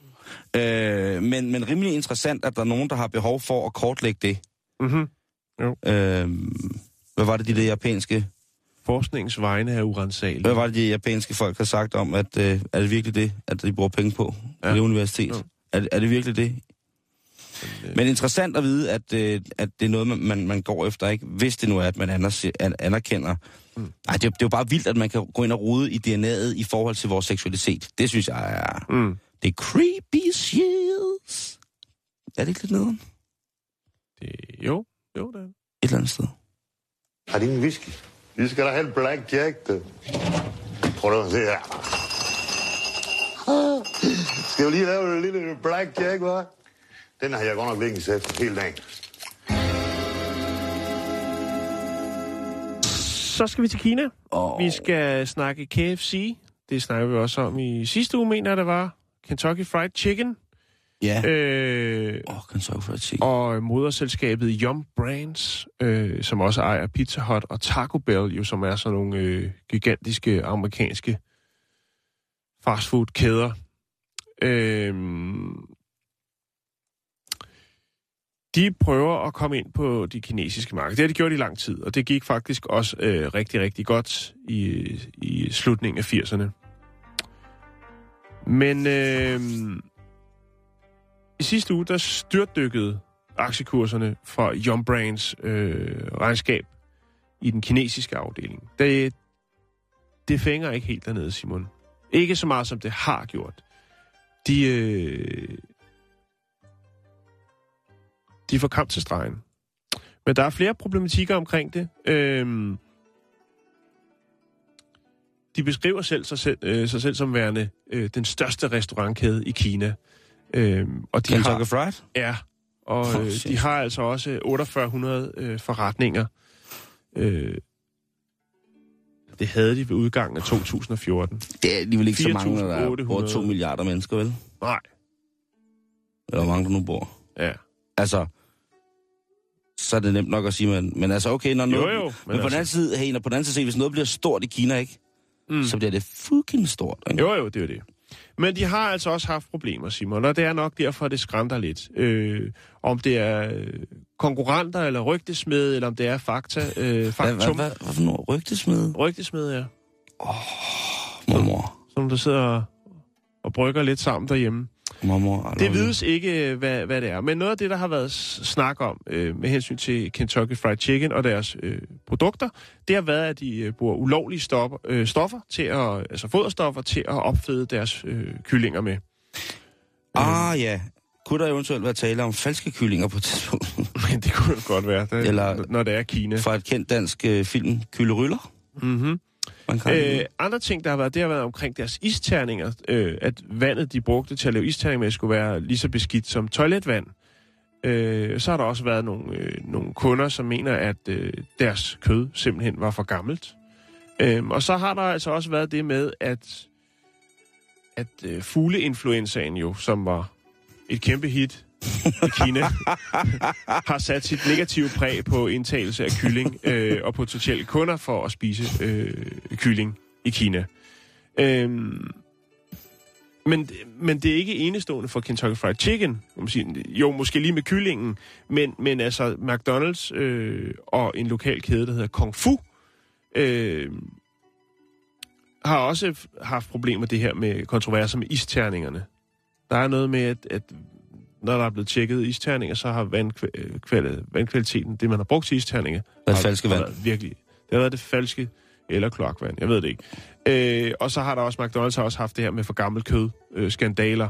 Men rimelig interessant, at der er nogen, der har behov for at kortlægge det. Jo. Hvad var det, de japanske... Forskningsvegne er urensagelige. Hvad var det, de japanske folk har sagt om, at er det virkelig det, at de bruger penge på det universitet? Jo. Er det virkelig det? Men interessant at vide, at det er noget, man går efter, ikke? Hvis det nu er, at man anerkender... Nej, det er jo bare vildt, at man kan gå ind og rode i DNA'et i forhold til vores seksualitet. Det synes jeg er... Det er creepy shit. Er det ikke lidt nederen? Jo, det er. Et eller andet sted. Har de ingen whisky? Vi skal da have en Black Jack, du. Prøv at se her. Skal vi lige lave en lille Black Jack, hva'? Den har jeg godt nok liggende sæt hele dagen. Så skal vi til Kina. Vi skal snakke KFC. Det snakker vi også om i sidste uge, mener det var. Kentucky Fried Chicken. Ja. Kentucky Fried Chicken. Og moderselskabet Yum Brands, som også ejer Pizza Hut og Taco Bell, jo, som er sådan nogle gigantiske amerikanske fastfood-kæder. De prøver at komme ind på de kinesiske markeder. Det har de gjort i lang tid, og det gik faktisk også rigtig, rigtig godt i slutningen af 80'erne. Men i sidste uge, der styrtdykkede aktiekurserne for Yum Brands regnskab i den kinesiske afdeling. Det fænger ikke helt dernede, Simon. Ikke så meget, som det har gjort. De får kamp til stregen. Men der er flere problematikker omkring det. De beskriver sig selv som værende den største restaurantkæde i Kina. Og de Kentucky Fried? Ja, og de har altså også 4800 forretninger. Det havde de ved udgangen af 2014. Det er alligevel ikke så mange, der er over 2 milliarder mennesker, vel? Nej. Eller hvor mange der nu bor. Ja. Altså, så er det nemt nok at sige, men altså okay, når noget... Jo, men på den anden side, hey, på den anden side, hvis noget bliver stort i Kina, ikke? Så bliver det fucking stort, ikke? Jo, det er det. Men de har altså også haft problemer, Simon, og det er nok derfor, det skrænter lidt. Om det er konkurrenter, eller rygtesmed, eller om det er faktum. Hvad for noget? Rygtesmed? Rygtesmed, ja. Mormor. Som der sidder og brygger lidt sammen derhjemme. Mormor. Det vides ikke, hvad det er. Men noget af det, der har været snak om med hensyn til Kentucky Fried Chicken og deres produkter, det har været, at de bruger ulovlige stoffer til at, altså foderstoffer til at opfede deres kyllinger med. Ja. Kunne der eventuelt være tale om falske kyllinger på et tidspunkt? Men det kunne det godt være, eller, når det er Kina. Fra et kendt dansk film, Kylleryller. Mhm. Andre ting, der har været omkring deres isterninger, at vandet, de brugte til at lave isterning med, skulle være lige så beskidt som toiletvand. Så har der også været nogle kunder, som mener, at deres kød simpelthen var for gammelt. Og så har der altså også været det med, at fugleinfluenzaen jo, som var et kæmpe hit i Kina, har sat sit negative præg på indtagelse af kylling og potentielle kunder for at spise kylling i Kina. Men det er ikke enestående for Kentucky Fried Chicken. Jo, måske lige med kyllingen, men altså McDonald's og en lokal kæde, der hedder Kung Fu, har også haft problemer med det her med kontroverser med isterningerne. Der er noget med, at når der er blevet tjekket isterninger, så har vandkvaliteten, det man har brugt til isterninger, det falske vand. Virkelig. Det har været det falske eller kloakvand, jeg ved det ikke. Og så har der også, McDonald's har også haft det her med for gammelt kød, skandaler.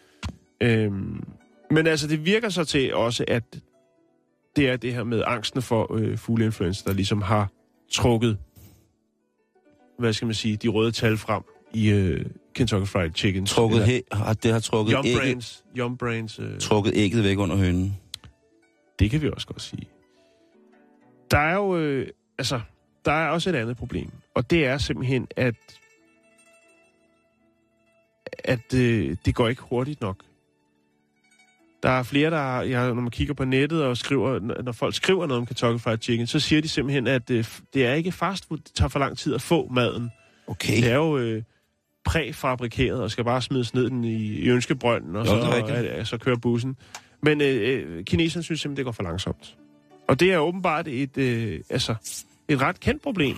Men altså, det virker så til også, at det er det her med angsten for fugleinfluenza, der ligesom har trukket, hvad skal man sige, de røde tal frem i Kentucky Fried Chicken. Det har trukket Yum Brains. Trukket ægget væk under hønen. Det kan vi også godt sige. Der er jo, der er også et andet problem. Og det er simpelthen, at det går ikke hurtigt nok. Der er flere, når man kigger på nettet og skriver, når folk skriver noget om Kentucky Fried Chicken, så siger de simpelthen, at det er ikke fastfood. Det tager for lang tid at få maden. Okay. Det er jo præfabrikeret og skal bare smides ned i ønskebrønden, og så kører bussen. Men kineserne synes simpelthen, det går for langsomt. Og det er åbenbart et ret kendt problem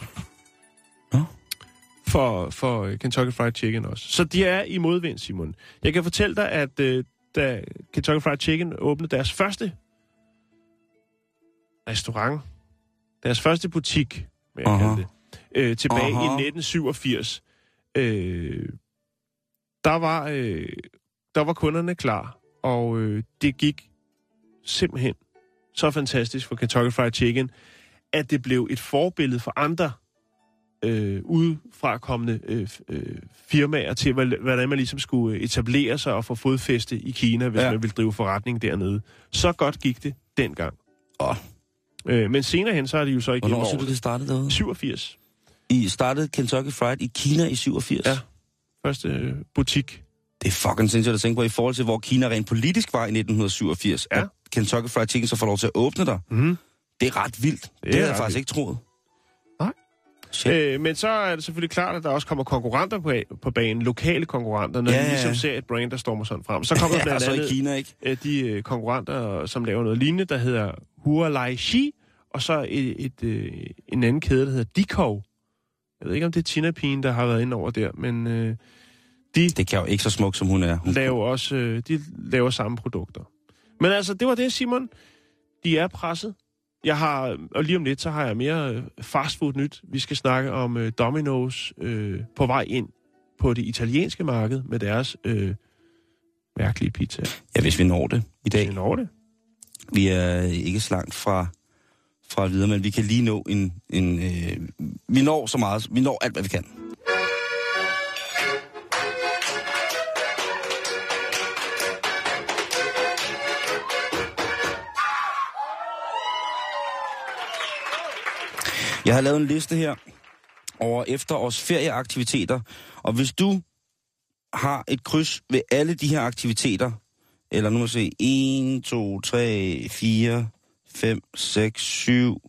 for Kentucky Fried Chicken også. Så de er i modvind, Simon. Jeg kan fortælle dig, at da Kentucky Fried Chicken åbnede deres første restaurant, deres første butik, vil jeg kalde det, tilbage i 1987, der var kunderne klar, og det gik simpelthen så fantastisk for Kentucky Fried Chicken, at det blev et forbillede for andre udefrakommende firmaer til, hvordan man ligesom skulle etablere sig og få fodfæste i Kina, hvis man ville drive forretning dernede. Så godt gik det dengang. Men senere hen, så er det jo så ikke... Hvornår synes du, det startede derude? 87. I startede Kentucky Fried i Kina i 87? Ja, første butik. Det er fucking sindssygt at tænke på, i forhold til, hvor Kina rent politisk var i 1987. Ja. At Kentucky Fried Chicken så får lov til at åbne der. Mm. Det er ret vildt. Det havde jeg faktisk ikke troet. Nej. Men så er det selvfølgelig klart, at der også kommer konkurrenter på banen, lokale konkurrenter, når de ligesom ser et brand, der stormer sådan frem. Så kommer der blandt andet i Kina, ikke? De konkurrenter, som laver noget lignende, der hedder Hualai og så en anden kæde, der hedder Dikov. Jeg ved ikke, om det er Tina-pigen, der har været inde over der, men det kan jo ikke så smukt, som hun er. De laver samme produkter. Men altså, det var det, Simon. De er presset. Og lige om lidt, så har jeg mere fastfood nyt. Vi skal snakke om Domino's på vej ind på det italienske marked med deres mærkelige pizza. Ja, hvis vi når det i dag. Hvis vi når det. Vi er ikke så langt fra videre, men vi kan lige nå vi når så meget. Vi når alt, hvad vi kan. Jeg har lavet en liste her over efterårsferieaktiviteter, og hvis du har et kryds ved alle de her aktiviteter, eller nu må jeg se, 1, 2, 3, 4, 5, 6, 7,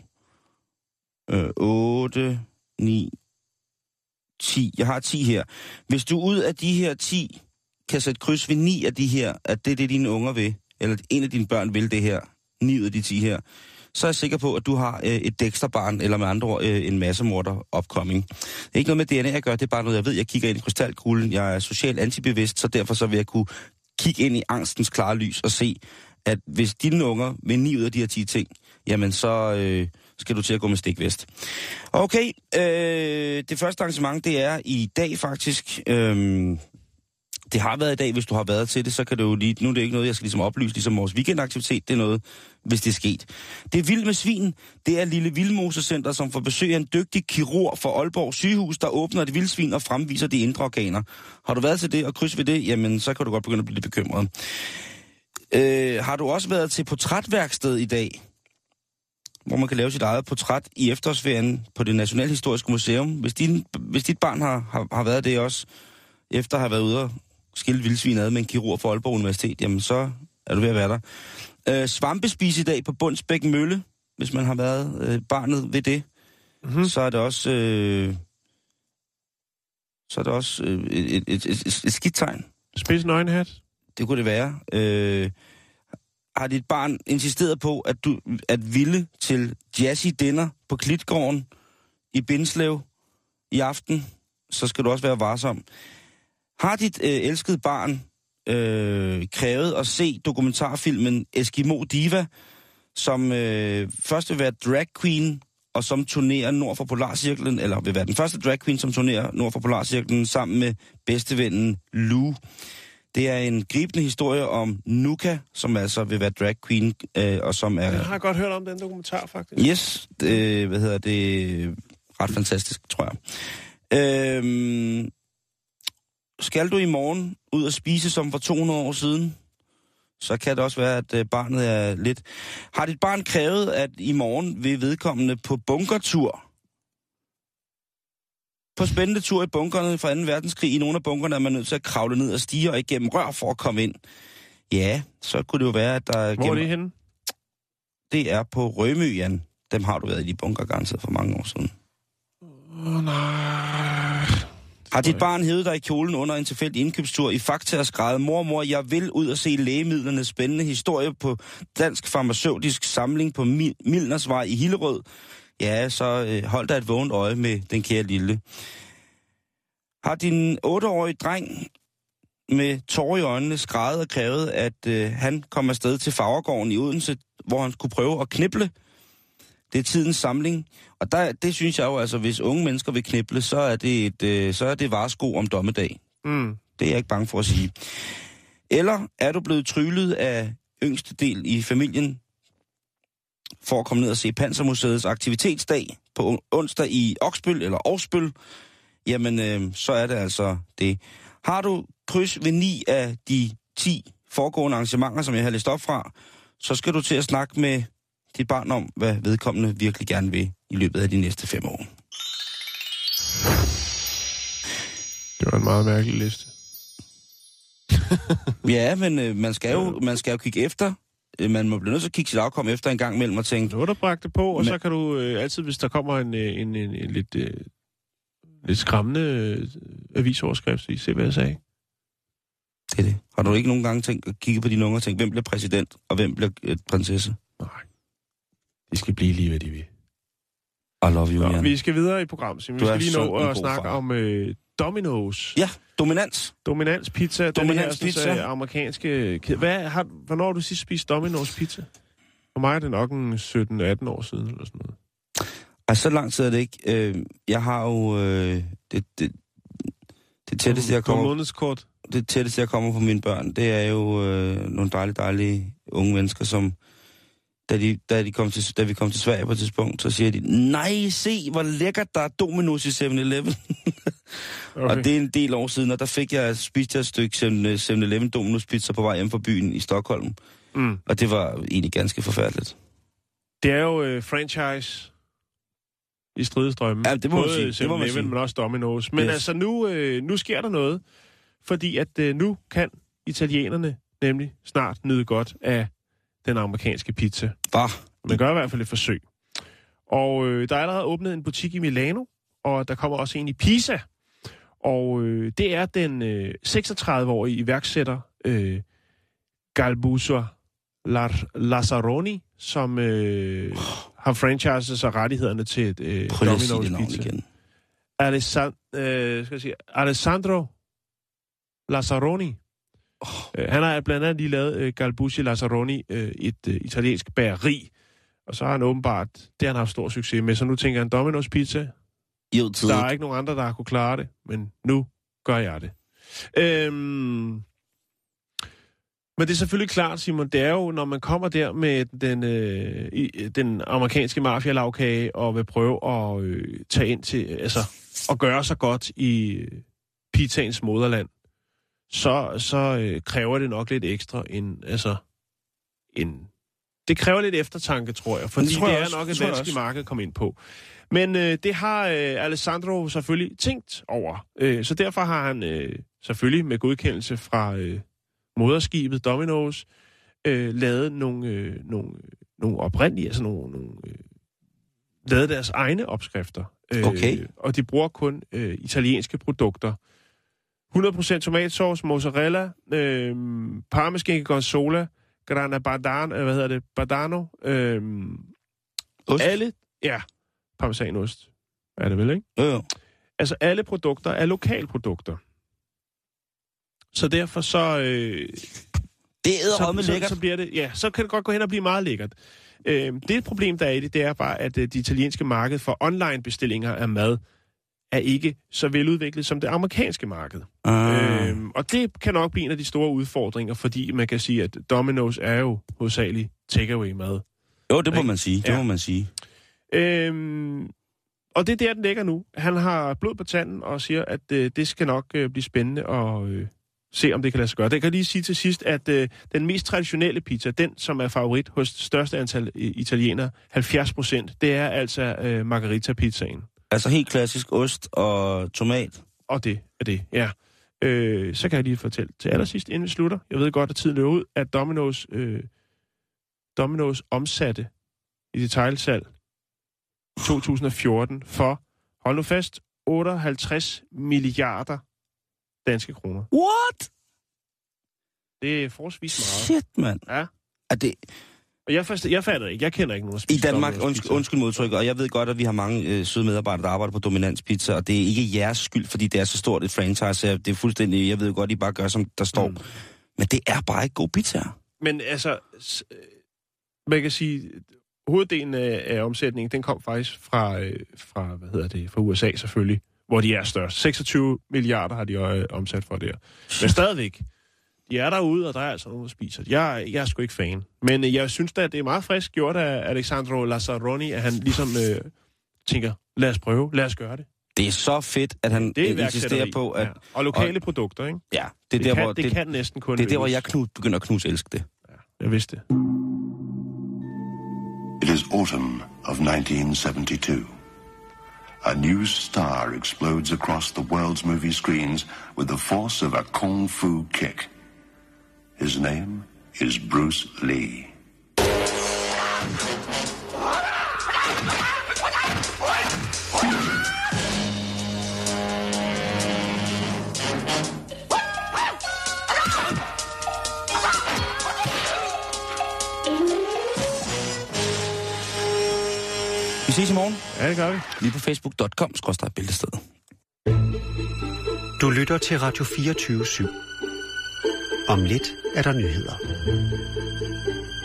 8, 9, 10. Jeg har 10 her. Hvis du ud af de her 10 kan sætte kryds ved 9 af de her, at det er det, dine unger vil, eller en af dine børn vil det her, 9 ud af de 10 her, så er jeg sikker på, at du har et Dexter-barn, eller med andre ord, en massemorder upcoming. Det er ikke noget med DNA at gøre, det er bare noget, jeg ved. Jeg kigger ind i krystalkuglen, jeg er socialt antibevidst, så derfor så vil jeg kunne kigge ind i angstens klare lys og se, at hvis dine unger vil 9 ud af de her 10 ting, jamen så skal du til at gå med stikvest. Okay, det første arrangement, det er i dag faktisk. Det har været i dag, hvis du har været til det, så kan det jo lige... Nu er det ikke noget, jeg skal ligesom oplyse, ligesom vores weekendaktivitet. Det er noget, hvis det er sket. Det er Vild med Svin. Det er Lille Vildmosecenter, som får besøg af en dygtig kirurg fra Aalborg Sygehus, der åbner et vildsvin og fremviser de indre organer. Har du været til det og kryds ved det, jamen så kan du godt begynde at blive lidt bekymret. Har du også været til portrætværksted i dag, hvor man kan lave sit eget portræt i efterårsferien på det Nationalhistoriske Museum? Hvis dit barn har været det også, efter at have været ude og skilt vildsvin ad med en kirurg fra Aalborg Universitet, jamen så er du ved at være der. Svampespis i dag på Bundsbæk Mølle, hvis man har været barnet ved det, så er det også, et skidt tegn. Spids nøgenhat? Det kunne det være. Har dit barn insisteret på, at ville til jazzy dinner på Klitgården i Bindslev i aften, så skal du også være varsom. Har dit elskede barn krævet at se dokumentarfilmen Eskimo Diva, som først vil være drag queen, og som turnerer nord for Polarcirklen, eller vil være den første drag queen, som turnerer nord for Polarcirklen, sammen med bedstevennen Lou. Det er en gribende historie om Nuka, som altså vil være drag queen, og som er... Jeg har godt hørt om den dokumentar, faktisk. Yes, ret fantastisk, tror jeg. Skal du i morgen ud og spise som for 200 år siden, så kan det også være, at barnet er lidt... Har dit barn krævet, at i morgen vil vedkommende på bunkertur? På spændende tur i bunkerne fra 2. verdenskrig. I nogle af bunkerne er man nødt til at kravle ned og stige og igennem rør for at komme ind. Ja, så kunne det jo være, at der... Hvor er det henne? Det er på Rømø, Jan. Dem har du været i de bunker garanteret for mange år siden. Nej... Har dit barn hævet dig i kjolen under en tilfældig indkøbstur i Fakta og skrevet, mor, jeg vil ud og se lægemidlernes spændende historie på Dansk Farmaceutisk Samling på Milnersvej i Hillerød? Ja, så hold da et vågent øje med den kære lille. Har din 8-årige dreng med tårer i øjnene skreget og krævet, at han kom afsted til Fagergården i Odense, hvor han skulle prøve at kniple? Det er tidens samling. Og det synes jeg jo, altså, hvis unge mennesker vil kniple, så er det varesko om dommedag. Mm. Det er jeg ikke bange for at sige. Eller er du blevet tryllet af yngste del i familien for at komme ned og se Pansermuseets aktivitetsdag på onsdag i Oksbøl eller Aarhusbøl? Jamen, så er det altså det. Har du kryds ved 9 af de 10 foregående arrangementer, som jeg har læst op fra, så skal du til at snakke med dit barn om, hvad vedkommende virkelig gerne vil i løbet af de næste 5 år. Det var en meget mærkelig liste. Ja, men man skal jo kigge efter. Man må blive nødt til at kigge sit afkom efter en gang imellem og tænke... Nu er der bragt det på, og så kan du altid, hvis der kommer en lidt skræmmende avisoverskrift, se hvad jeg sagde. Det er det. Har du ikke nogen gange tænkt at kigge på dine unger og tænke, hvem bliver præsident, og hvem bliver prinsesse? Nej. De skal blive lige, hvad de vil. I love you, Jan. Vi skal videre i programmet. Vi skal lige nå at snakke om Domino's. Ja, Dominans. Dominans Pizza. Dominans Pizza. Amerikanske... Hvornår har du sidst spist Domino's Pizza? For mig er det nok en 17-18 år siden, eller sådan noget. Altså, så lang tid er det ikke. Jeg har jo det tætteste, jeg kommer... månedskort. Det tætteste, jeg kommer på mine børn, det er jo nogle dejlige unge mennesker, som... Da vi kom til Sverige på et tidspunkt, så siger de, nej, se, hvor lækkert der er Domino's i 7-Eleven. Okay. Og det er en del år siden, og der fik jeg spist et stykke 7-Eleven Domino's pizza på vej hjem fra byen i Stockholm. Mm. Og det var egentlig ganske forfærdeligt. Det er jo franchise i stridestrømmen. Ja, det må man sige. Det må man sige. Men også Domino's. Men altså, nu sker der noget, fordi at nu kan italienerne nemlig snart nyde godt af den amerikanske pizza. Man gør i hvert fald et forsøg. Og der er allerede åbnet en butik i Milano, og der kommer også en i Pisa. Og det er den 36-årige iværksætter Galbuso Lazzaroni, som har franchiset sig rettighederne til Domino's Pizza. Alessandro Lazzaroni. Han har blandt andet lige lavet Galbuso Lazzaroni, et italiensk bageri. Og så har han åbenbart, det har han haft stor succes med. Så nu tænker han, Domino's Pizza. Der er ikke nogen andre, der har kunne klare det, men nu gør jeg det. Men det er selvfølgelig klart, Simon, det er jo, når man kommer der med den amerikanske mafia-lavkage og vil prøve at tage ind til, altså, og gøre sig godt i pizzaens moderland, så kræver det nok lidt ekstra det kræver lidt eftertanke, tror jeg, fordi det er nok et vanskeligt marked at komme ind på. Men det har Alessandro selvfølgelig tænkt over. Så derfor har han selvfølgelig med godkendelse fra moderskibet Domino's lavet nogle oprindelige, altså lavet deres egne opskrifter. Okay. Og de bruger kun italienske produkter. 100% tomatsauce, mozzarella, parmeskinke gorgonzola, grana badano, ost? Alle, ja, parmesanost er det vel, ikke? Jo. Altså alle produkter er lokalprodukter. Så derfor så... det æder med lækkert. Så bliver det, ja, så kan det godt gå hen og blive meget lækkert. Det problem, der er i det er bare, at det italienske marked for online-bestillinger af mad er ikke så veludviklet som det amerikanske marked. Og det kan nok blive en af de store udfordringer, fordi man kan sige, at Domino's er jo hovedsageligt takeaway-mad. Jo, det må man sige. Det må man sige. Og det er der, den ligger nu. Han har blod på tanden og siger, at det skal nok blive spændende at se, om det kan lade sig gøre. Det kan lige sige til sidst, at den mest traditionelle pizza, den som er favorit hos det største antal italienere, 70%, det er altså margarita-pizzaen. Altså helt klassisk ost og tomat? Og det er det, ja. Så kan jeg lige fortælle til allersidst, inden vi slutter. Jeg ved godt, at tiden løber ud, at Domino's omsatte i detailsalg i 2014 for, hold nu fast, 58 milliarder danske kroner. What? Det er forholdsvis meget. Shit, mand. Ja. Er det... Jeg fatter ikke. Jeg kender ikke nogen, der spiser i Danmark, undskyld modtryk, og jeg ved godt, at vi har mange søde medarbejdere, der arbejder på Dominans Pizza, og det er ikke jeres skyld, fordi det er så stort et franchise. Det er fuldstændig, jeg ved godt, I bare gør, som der står. Men det er bare ikke god pizza. Men altså, man kan sige, hoveddelen af omsætningen, den kom faktisk fra USA selvfølgelig, hvor de er størst. 26 milliarder har de omsat for der. Men stadigvæk, de er derude, og der er altså nogen, der spiser det. Jeg er sgu ikke fan. Men jeg synes da, at det er meget frisk gjort af Alessandro Lazzaroni, at han ligesom tænker, lad os prøve, lad os gøre det. Det er så fedt, at han insisterer på, at... Ja. Og lokale produkter, ikke? Ja. Det kan næsten kun... Det er der, hvor jeg begynder at knuse elske det. Ja, jeg vidste det. It is autumn of 1972. A new star explodes across the world's movie screens with the force of a kung fu kick. His name is Bruce Lee. Vi ses i morgen. Ja, det gør vi. Lige på facebook.com/bæltestedet. Du lytter til Radio 24/7. Om lidt er der nyheder.